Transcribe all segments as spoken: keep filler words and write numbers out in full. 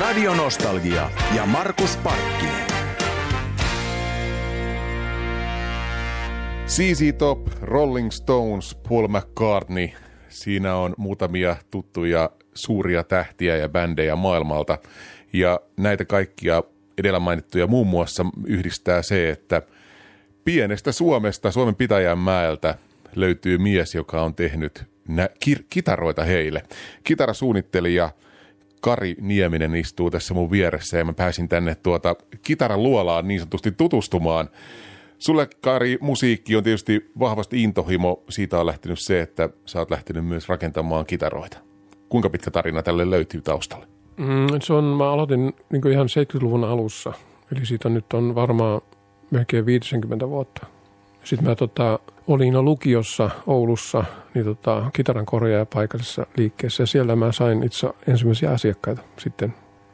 Radio Nostalgia ja Markus Parkkinen. Z Z Top, Rolling Stones, Paul McCartney. Siinä on muutamia tuttuja suuria tähtiä ja bändejä maailmalta. Ja näitä kaikkia edellä mainittuja muun muassa yhdistää se, että pienestä Suomesta, Suomen Pitäjänmäeltä löytyy mies, joka on tehnyt nä- kir- kitaroita heille. Kitarasuunnittelija Kari Nieminen istuu tässä mun vieressä ja mä pääsin tänne tuota kitaran luolaan niin sanotusti tutustumaan. Sulle, Kari, musiikki on tietysti vahvasti intohimo. Siitä on lähtenyt se, että sä oot lähtenyt myös rakentamaan kitaroita. Kuinka pitkä tarina tälle löytyy taustalle? Mm, se on, mä aloitin niin ihan seitsemänkymmentäluvun alussa. Eli siitä nyt on varmaan melkein viisikymmentä vuotta. Sitten mä tota, olin jo lukiossa Oulussa niin tota, kitaran korjaaja paikallisessa liikkeessä. Ja siellä mä sain itse ensimmäisiä asiakkaita sitten.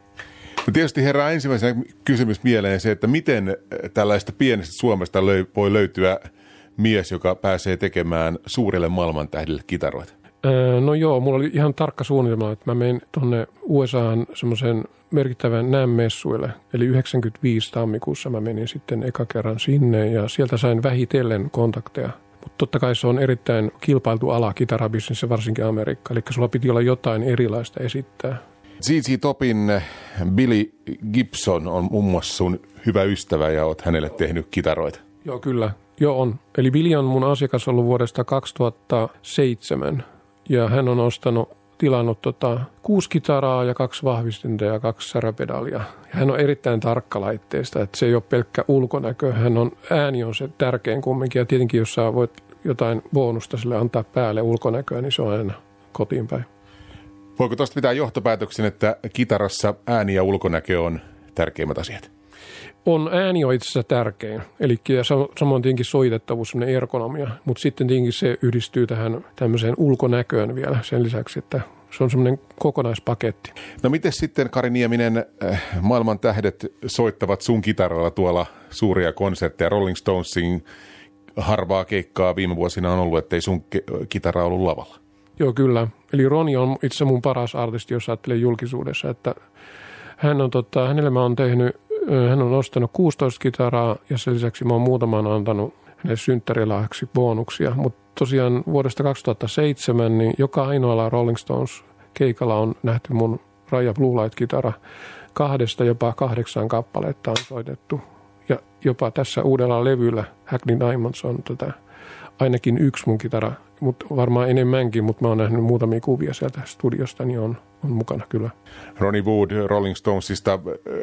No tietysti herää ensimmäisenä kysymys mieleen se, että miten tällaista pienestä Suomesta löy- voi löytyä mies, joka pääsee tekemään suurille maailmantähdille kitaroita? Öö, no joo, mulla oli ihan tarkka suunnitelma, että mä menin tuonne U S A:han semmoisen merkittävän NAMM-messuille. Eli yhdeksänkymmentäviisi tammikuussa mä menin sitten eka kerran sinne ja sieltä sain vähitellen kontakteja. Mutta totta kai se on erittäin kilpailtu ala kitarabisnessä, varsinkin Amerikka. Eli sulla piti olla jotain erilaista esittää. Z Z Topin Billy Gibson on muun muassa sun hyvä ystävä ja oot hänelle tehnyt kitaroita. Joo, kyllä. Joo on. Eli Billy on mun asiakas ollut vuodesta kaksituhattaseitsemän ja hän on ostanut, tilannut tota, kuusi kitaraa ja kaksi vahvistinta ja kaksi säräpedaalia. Ja hän on erittäin tarkka laitteesta, että se ei ole pelkkä ulkonäkö. Hän on, ääni on se tärkein kumminkin ja tietenkin jos sä voit jotain bonusta sille antaa päälle ulkonäköä, niin se on aina kotiin päin. Voiko tuosta pitää johtopäätöksen, että kitarassa ääni ja ulkonäkö on tärkeimmät asiat? On, ääni on itse asiassa tärkein. Eli samoin tietenkin soitettavuus, semmoinen ergonomia, mutta sitten tietenkin se yhdistyy tähän tämmöiseen ulkonäköön vielä sen lisäksi, että se on semmoinen kokonaispaketti. No miten sitten, Kari Nieminen, maailman tähdet soittavat sun kitaroilla tuolla suuria konsertteja? Rolling Stonesin harvaa keikkaa viime vuosina on ollut, ettei sun kitara ollut lavalla. Joo, kyllä. Eli Roni on itse mun paras artisti, jos ajattelee julkisuudessa, että hän on, tota, hänelle mä oon tehnyt, hän on ostanut kuusitoista kitaraa ja sen lisäksi mä oon muutaman antanut hänelle synttärilahjaksi bonuksia. Mutta tosiaan vuodesta kaksituhattaseitsemän niin joka ainoalla Rolling Stones keikalla on nähty mun Raja Blue Light-kitara. Kahdesta jopa kahdeksan kappaletta on soitettu. Ja jopa tässä uudella levyllä Hackney Diamonds on tota, ainakin yksi mun kitara, mutta varmaan enemmänkin, mutta mä oon nähnyt muutamia kuvia sieltä studiosta, niin on, on mukana kyllä. Ronnie Wood Rolling Stonesista.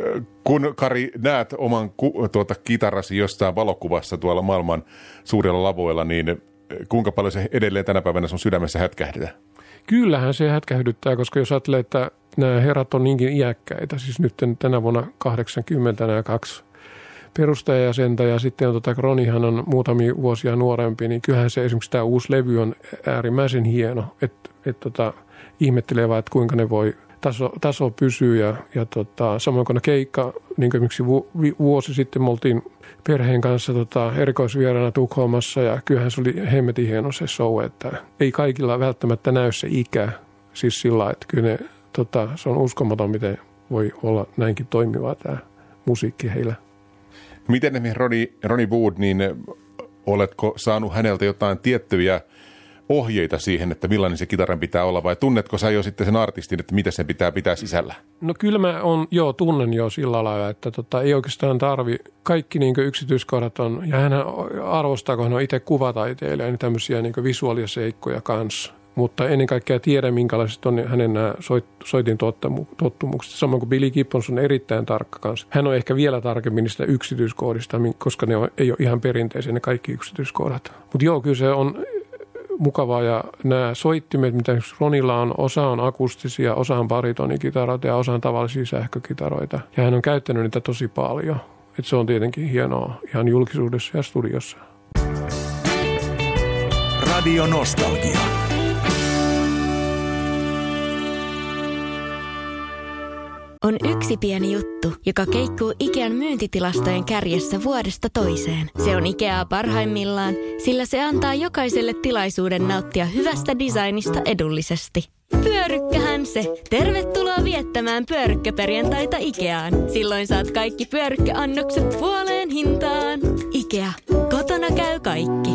Kun, Kari, näet oman ku, tuota, kitarasi jossain valokuvassa tuolla maailman suurilla lavoilla, niin kuinka paljon se edelleen tänä päivänä sun sydämessä hätkähdetään? Kyllähän se hätkähdyttää, koska jos ajattelee, että nämä herrat on niinkin iäkkäitä, siis nyt tänä vuonna kahdeksankymmentä nämä kaksi perustajajäsentä ja sitten on tota, Ronihan on muutamia vuosia nuorempi, niin kyllähän se esimerkiksi tämä uusi levy on äärimmäisen hieno, että et, tota, ihmettelee vaan, että kuinka ne voi, taso, taso pysyä ja, ja tota, samoin kuin keikka, niin kuin esimerkiksi vu, vuosi sitten me oltiin perheen kanssa tota, erikoisvieraana Tukholmassa ja kyllähän se oli hemmetin hieno se show, että ei kaikilla välttämättä näy se ikä, siis sillä että kyllä ne, tota, se on uskomaton, miten voi olla näinkin toimivaa tämä musiikki heillä. Miten ne Ronnie, Ronnie Wood, niin oletko saanut häneltä jotain tiettyjä ohjeita siihen, että millainen se kitaran pitää olla vai tunnetko sä jo sitten sen artistin, että mitä sen pitää pitää sisällä? No kyllä mä on, joo, tunnen jo sillä lailla, että tota, ei oikeastaan tarvi, kaikki niin yksityiskohdat on, ja hän arvostaa, kun hän on itse kuvataiteilija, niin tämmöisiä niin visuaalisia seikkoja kanssa. Mutta ennen kaikkea tiedä, minkälaiset on hänen nämä soit, soitin tottumukset. Samoin kuin Billy Gibbons on erittäin tarkka kanssa. Hän on ehkä vielä tarkemmin niistä yksityiskohdista, koska ne on, ei ole ihan perinteisiä ne kaikki yksityiskohdat. Mutta joo, kyllä se on mukavaa ja nämä soittimet, mitä Ronilla on, osa on akustisia, osa on baritonikitaroita ja osa on tavallisia sähkökitaroita. Ja hän on käyttänyt niitä tosi paljon. Et se on tietenkin hienoa ihan julkisuudessa ja studiossa. Radio Nostalgia. On yksi pieni juttu, joka keikkuu Ikean myyntitilastojen kärjessä vuodesta toiseen. Se on Ikeaa parhaimmillaan, sillä se antaa jokaiselle tilaisuuden nauttia hyvästä designista edullisesti. Pyörykkähän se. Tervetuloa viettämään pyörykkäperjantaita Ikeaan. Silloin saat kaikki pyörykkäannokset puoleen hintaan. Ikea. Kotona käy kaikki.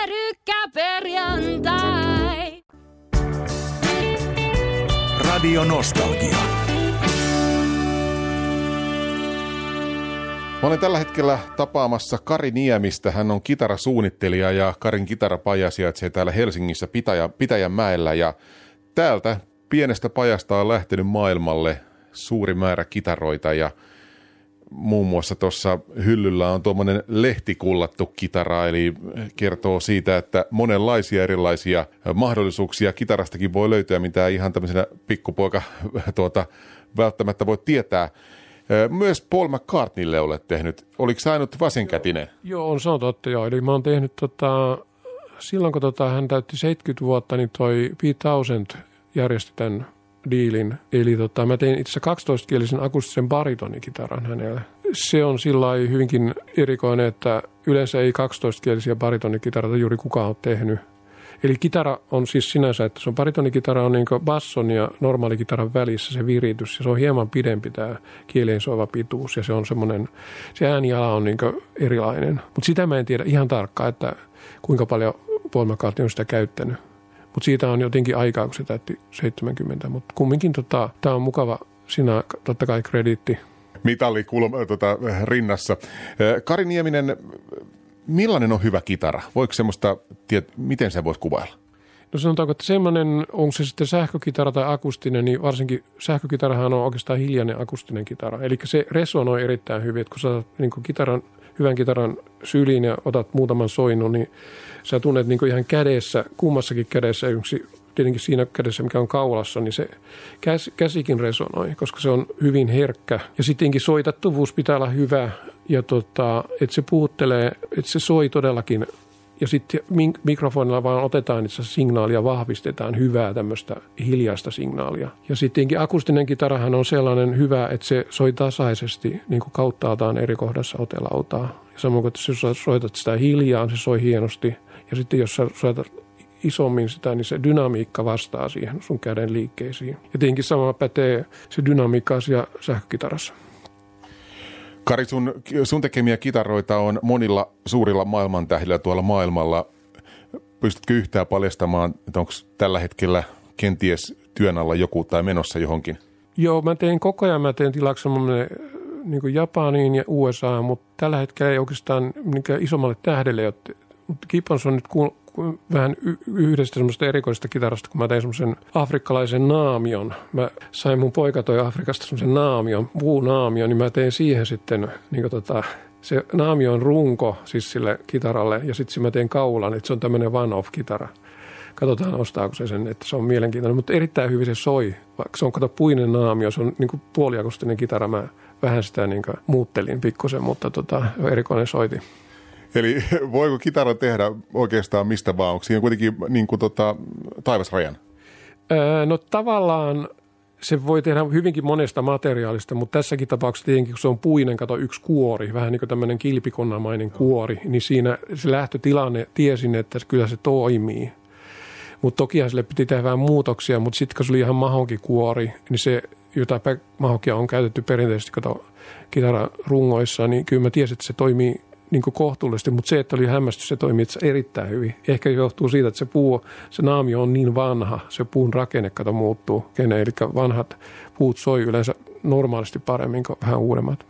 Pyörykkäperjantai. Radio Nostalgia. Mä olen tällä hetkellä tapaamassa Kari Niemistä. Hän on kitarasuunnittelija ja Karin kitarapaja sijaitsee täällä Helsingissä Pitäjä, Pitäjänmäellä. Ja täältä pienestä pajasta on lähtenyt maailmalle suuri määrä kitaroita ja muun muassa tuossa hyllyllä on tuommoinen lehtikullattu kitara, eli kertoo siitä, että monenlaisia erilaisia mahdollisuuksia kitarastakin voi löytyä, mitä ihan tämmöisenä pikkupoika tuota, välttämättä voi tietää. Myös Paul McCartneylle olet tehnyt. Oliko sä ainut vasenkätinen? Joo, on se on totta joo. Eli mä oon tehnyt tota, silloin kun tota, hän täytti seitsemänkymmentä vuotta, niin toi Pete Townshend järjesti tämän diilin. Eli tota, mä tein itse asiassa kaksitoistakielisen akustisen baritonikitaran hänelle. Se on sillä lailla hyvinkin erikoinen, että yleensä ei kaksitoistakielisiä baritonikitaroita juuri kukaan ole tehnyt. Eli kitara on siis sinänsä, että se on baritonikitara on niin kuin basson ja normaalikitaran välissä se viritys. Ja se on hieman pidempi tämä kieleen soiva pituus ja se on semmoinen, se ääniala on niin kuin erilainen. Mutta sitä mä en tiedä ihan tarkkaan, että kuinka paljon Paul McCartney on sitä käyttänyt. Mutta siitä on jotenkin aikaa, kun se täytti seitsemänkymmentä. Mutta kumminkin tota, tämä on mukava, sinä totta kai krediitti. Mitalli kulma, tota, rinnassa. Kari Nieminen, millainen on hyvä kitara? Voiko semmoista, tiedät, miten se voisi kuvailla? No sanotaanko, että semmoinen, onko se sitten sähkökitara tai akustinen, niin varsinkin sähkökitarahan on oikeastaan hiljainen akustinen kitara. Eli se resonoi erittäin hyvin, että kun sä niin kitaran, hyvän kitaran syliin ja otat muutaman soinnon, niin sä tunnet niin ihan kädessä, kummassakin kädessä, yksi, tietenkin siinä kädessä, mikä on kaulassa, niin se käs, käsikin resonoi, koska se on hyvin herkkä. Ja sittenkin soitettavuus pitää olla hyvä, ja tota, että se puhuttelee, että se soi todellakin. Ja sitten mikrofonilla vaan otetaan itse signaalia ja vahvistetaan hyvää tämmöistä hiljaista signaalia. Ja sittenkin akustinen kitarahan on sellainen hyvä, että se soi tasaisesti, niin kuin kauttaaltaan eri kohdassa otelautaa. Ja samoin kuin, jos sä soitat sitä hiljaa, se soi hienosti. Ja sitten jos sä soitat isommin sitä, niin se dynamiikka vastaa siihen sun käden liikkeisiin. Ja tietenkin sama pätee se dynamiikka asia sähkökitarassa. Kari, sun, sun tekemiä kitaroita on monilla suurilla maailmantähdillä tuolla maailmalla. Pystytkö yhtään paljastamaan, että onko tällä hetkellä kenties työn alla joku tai menossa johonkin? Joo, mä teen koko ajan, mä teen tilaksi niin kuin Japaniin ja U S A, mutta tällä hetkellä ei oikeastaan isommalle tähdelle. Mutta Gibbons on nyt ku, ku, vähän y- yhdestä semmoista erikoisesta kitarasta, kun mä tein semmoisen afrikkalaisen naamion. Mä sain mun poika toi Afrikasta semmoisen naamion, puunaamion, niin mä tein siihen sitten niin kuin tota, se naamio on runko siis sille kitaralle ja sitten mä teen kaulan, että se on tämmöinen one-off-kitara. Katsotaan, ostaako se sen, että se on mielenkiintoinen, mutta erittäin hyvin se soi. Vaikka se on kato puinen naamio, se on niin kuin puoliakustinen kitara. Mä vähän sitä niin kuin muuttelin pikkusen, mutta tota, erikoinen soiti. Eli voiko kitara tehdä oikeastaan mistä vaan? Onko siinä kuitenkin niin kuin tota, taivasrajan? Öö, no tavallaan se voi tehdä hyvinkin monesta materiaalista, mutta tässäkin tapauksessa tietenkin, kun se on puinen, kato yksi kuori, vähän niin kuin tämmöinen kilpikonnamainen kuori, niin siinä se lähtötilanne tiesin, että kyllä se toimii. Mutta tokihan sille piti tehdä vähän muutoksia, mutta sitten kun se oli ihan mahonkin kuori, niin se, jota mahonkia on käytetty perinteisesti kato kitararungoissa, niin kyllä mä tiesin, että se toimii niin kuin kohtuullisesti, mutta se, että oli hämmästys, se toimii itse erittäin hyvin. Ehkä johtuu siitä, että se puu, se naamio on niin vanha, se puun rakenne, kato muuttuu. Kene, eli vanhat puut soi yleensä normaalisti paremmin kuin vähän uudemmat.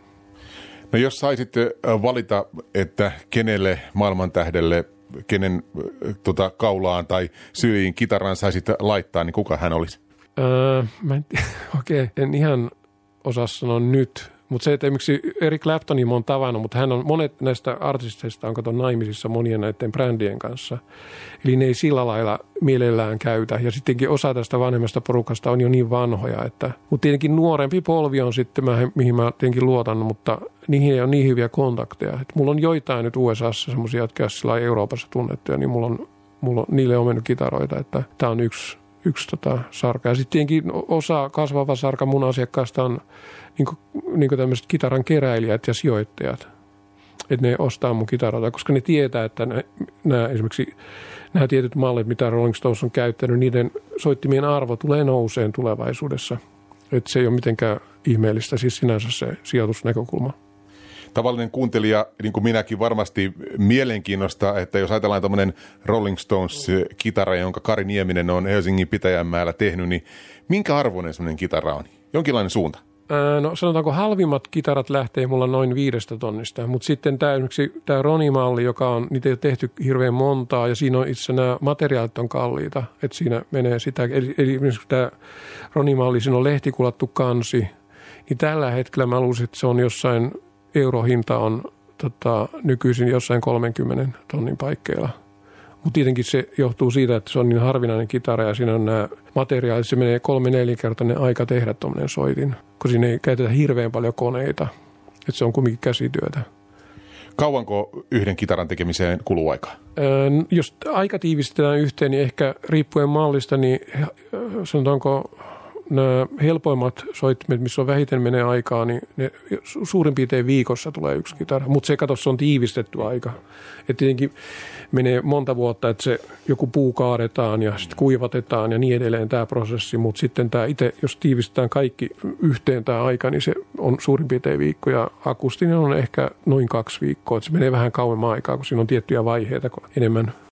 No jos saisit valita, että kenelle maailmantähdelle, kenen tota, kaulaan tai syliin kitaran saisit laittaa, niin kuka hän olisi? Öö, mä en, okei, okay, en ihan osaa sanoa nyt. Mutta se, että esimerkiksi Eric Claptonin mä oon tavannut, mutta hän on, monet näistä artisteista on kato naimisissa monien näiden brändien kanssa. Eli ne ei sillä lailla mielellään käytä. Ja sittenkin osa tästä vanhemmasta porukasta on jo niin vanhoja, että, mutta tietenkin nuorempi polvi on sitten, mä, mihin mä tietenkin luotan, mutta niihin ei ole niin hyviä kontakteja. Et mulla on joitain nyt U S A:ssa semmoisia, jotka on Euroopassa tunnettuja, niin mulla on, mulla on, niille on mennyt kitaroita, että tää on yksi, yksi tota sarka. Ja sitten tietenkin osa kasvava sarka mun asiakkaasta on niin kuin, niin kuin tämmöiset kitaran keräilijät ja sijoittajat. että ne ostaa mun kitaroita, koska ne tietää, että nämä esimerkiksi nämä tietyt mallit, mitä Rolling Stones on käyttänyt, niiden soittimien arvo tulee nouseen tulevaisuudessa. Että se ei ole mitenkään ihmeellistä, siis sinänsä se sijoitusnäkökulma. Tavallinen kuuntelija, niin kuin minäkin, varmasti mielenkiinnosta, että jos ajatellaan tämmöinen Rolling Stones-kitara, jonka Kari Nieminen on Helsingin Pitäjänmäellä tehnyt, niin minkä arvoinen semmoinen kitara on? Jonkinlainen suunta? Ää, no sanotaanko halvimmat kitarat lähtee mulla noin viidestä tonnista, mutta sitten tämä esimerkiksi tämä Ronnie-malli, joka on, niitä ei ole tehty hirveän montaa ja siinä on itse nämä materiaalit on kalliita, että siinä menee sitä, eli, eli esimerkiksi tämä Ronnie-malli, siinä on lehtikulattu kansi, niin tällä hetkellä mä luulisin, että se on jossain, eurohinta on tota, nykyisin jossain kolmenkymmenen tonnin paikkeilla. Mutta tietenkin se johtuu siitä, että se on niin harvinainen kitara ja siinä on nämä materiaalit. Se menee kolme nelinkertainen aika tehdä tuommoinen soitin, kun siinä ei käytetä hirveän paljon koneita. Että se on kuitenkin käsityötä. Kauanko yhden kitaran tekemiseen kuluu aikaa? Öö, jos aika tiivistetään yhteen, niin ehkä riippuen mallista, niin sanotaanko nämä helpoimmat soittimet, missä on vähiten menee aikaa, niin ne suurin piirtein viikossa tulee yksi kitara. Mutta se kato, se on tiivistetty aika. Et tietenkin menee monta vuotta, että se joku puu kaadetaan ja sitten kuivatetaan ja niin edelleen tämä prosessi. Mutta sitten tämä itse, jos tiivistetään kaikki yhteen tämä aika, niin se on suurin piirtein viikko. Ja akustinen on ehkä noin kaksi viikkoa. Et se menee vähän kauemman aikaa, kun siinä on tiettyjä vaiheita enemmän.